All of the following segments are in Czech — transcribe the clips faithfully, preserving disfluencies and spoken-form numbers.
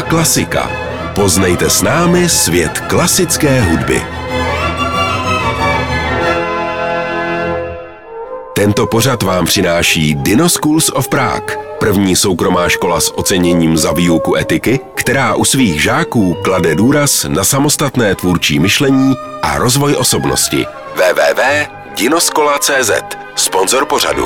Klasika. Poznejte s námi svět klasické hudby. Tento pořad vám přináší Dino Schools of Prague, první soukromá škola s oceněním za výuku etiky, která u svých žáků klade důraz na samostatné tvůrčí myšlení a rozvoj osobnosti. w w w tečka dinoskola tečka c z, sponzor pořadu.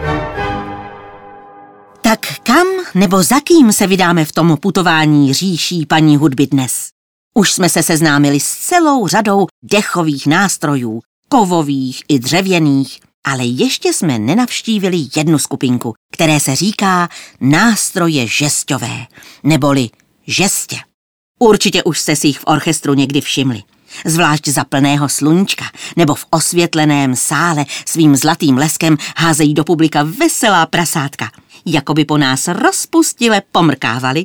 Tak kam nebo za kým se vydáme v tom putování říší paní hudby dnes? Už jsme se seznámili s celou řadou dechových nástrojů, kovových i dřevěných, ale ještě jsme nenavštívili jednu skupinku, které se říká nástroje žesťové, neboli žestě. Určitě už jste si jich v orchestru někdy všimli. Zvlášť za plného sluníčka nebo v osvětleném sále svým zlatým leskem házejí do publika veselá prasátka, jako by po nás rozpustile pomrkávali.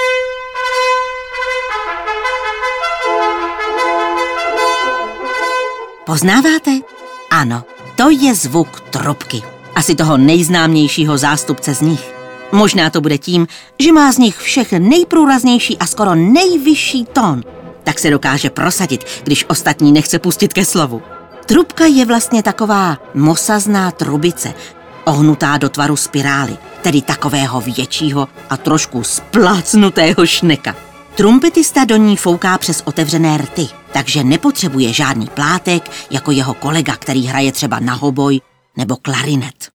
Poznáváte? Ano, to je zvuk trubky. Asi toho nejznámějšího zástupce z nich. Možná to bude tím, že má z nich všech nejprůraznější a skoro nejvyšší tón. Tak se dokáže prosadit, když ostatní nechce pustit ke slovu. Trubka je vlastně taková mosazná trubice, ohnutá do tvaru spirály, tedy takového většího a trošku splácnutého šneka. Trumpetista do ní fouká přes otevřené rty, takže nepotřebuje žádný plátek, jako jeho kolega, který hraje třeba na hoboj nebo klarinet.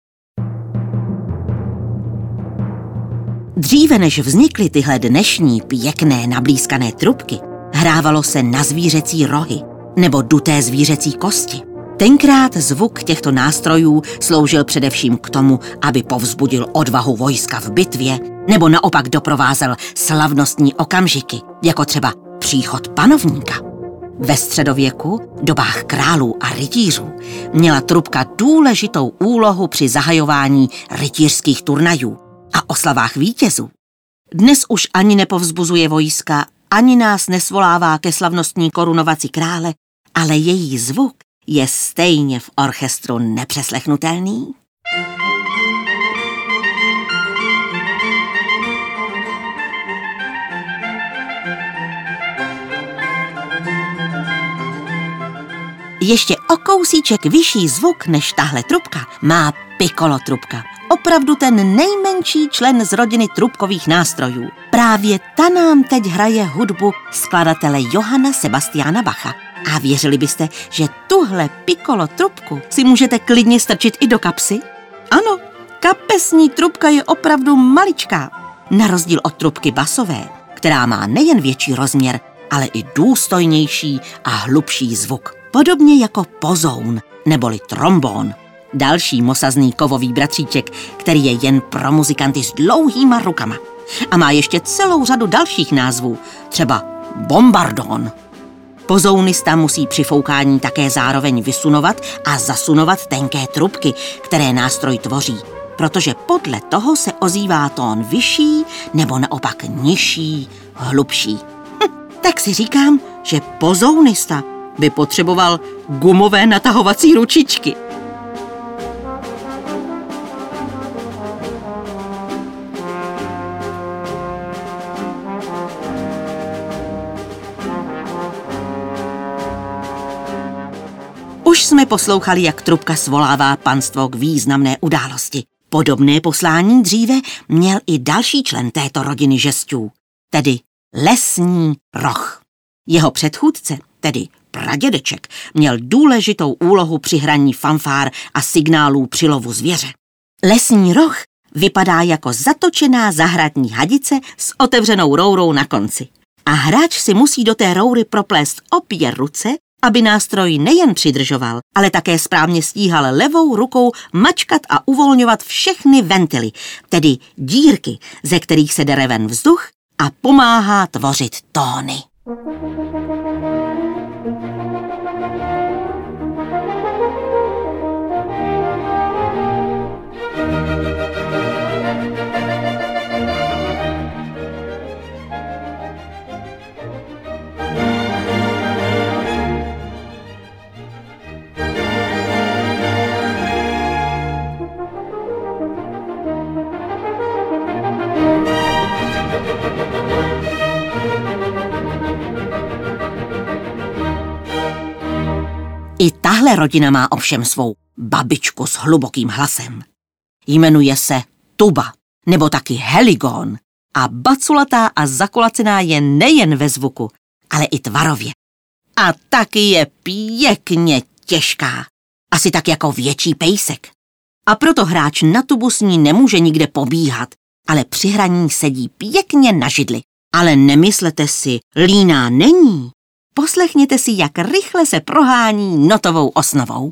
Dříve než vznikly tyhle dnešní pěkné nablízkané trubky, hrávalo se na zvířecí rohy nebo duté zvířecí kosti. Tenkrát zvuk těchto nástrojů sloužil především k tomu, aby povzbudil odvahu vojska v bitvě nebo naopak doprovázel slavnostní okamžiky, jako třeba příchod panovníka. Ve středověku, dobách králů a rytířů, měla trubka důležitou úlohu při zahajování rytířských turnajů a oslavách vítězů. Dnes už ani nepovzbuzuje vojska, ani nás nesvolává ke slavnostní korunovaci krále, ale její zvuk je stejně v orchestru nepřeslechnutelný. Ještě o kousíček vyšší zvuk než tahle trubka má piccolo trubka. Opravdu ten nejmenší člen z rodiny trubkových nástrojů. Právě ta nám teď hraje hudbu skladatele Johanna Sebastiana Bacha. A věřili byste, že tuhle piccolo trubku si můžete klidně strčit i do kapsy? Ano, kapesní trubka je opravdu maličká. Na rozdíl od trubky basové, která má nejen větší rozměr, ale i důstojnější a hlubší zvuk. Podobně jako pozoun neboli trombón. Další mosazný kovový bratříček, který je jen pro muzikanty s dlouhýma rukama. A má ještě celou řadu dalších názvů, třeba bombardón. Pozounista musí při foukání také zároveň vysunovat a zasunovat tenké trubky, které nástroj tvoří, protože podle toho se ozývá tón vyšší nebo naopak nižší, hlubší. Hm, tak si říkám, že pozounista by potřeboval gumové natahovací ručičky. Už jsme poslouchali, jak trubka svolává panstvo k významné události. Podobné poslání dříve měl i další člen této rodiny žesťů, tedy lesní roh. Jeho předchůdce, tedy pradědeček, měl důležitou úlohu při hraní fanfár a signálů při lovu zvěře. Lesní roh vypadá jako zatočená zahradní hadice s otevřenou rourou na konci. A hráč si musí do té roury proplést obě ruce, aby nástroj nejen přidržoval, ale také správně stíhal levou rukou mačkat a uvolňovat všechny ventily, tedy dírky, ze kterých se dere ven vzduch a pomáhá tvořit tóny. Tahle rodina má ovšem svou babičku s hlubokým hlasem. Jmenuje se Tuba, nebo taky Heligon a baculatá a zakulacená je nejen ve zvuku, ale i tvarově. A taky je pěkně těžká, asi tak jako větší pejsek. A proto hráč na tubu s ní nemůže nikde pobíhat, ale při hraní sedí pěkně na židli. Ale nemyslete si, líná není. Poslechněte si, jak rychle se prohání notovou osnovou.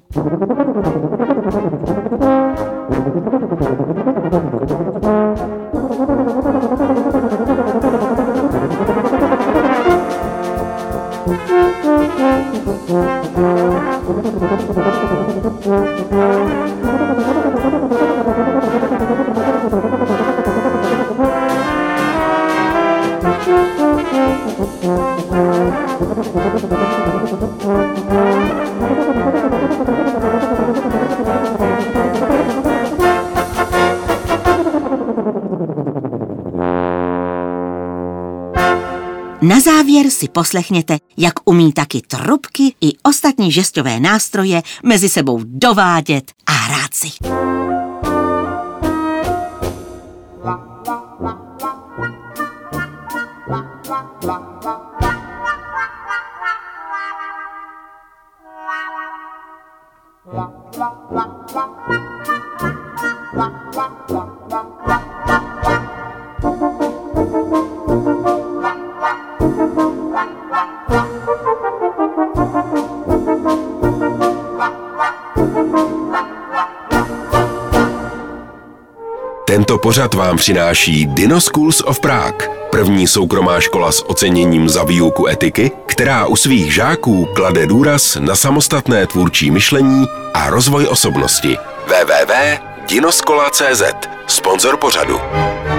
Na závěr si poslechněte, jak umí taky trubky i ostatní žesťové nástroje mezi sebou dovádět a hrát si. Tento pořad vám přináší Dino Schools of Prague, první soukromá škola s oceněním za výuku etiky, která u svých žáků klade důraz na samostatné tvůrčí myšlení a rozvoj osobnosti. w w w tečka dinoskola tečka cz, sponzor pořadu.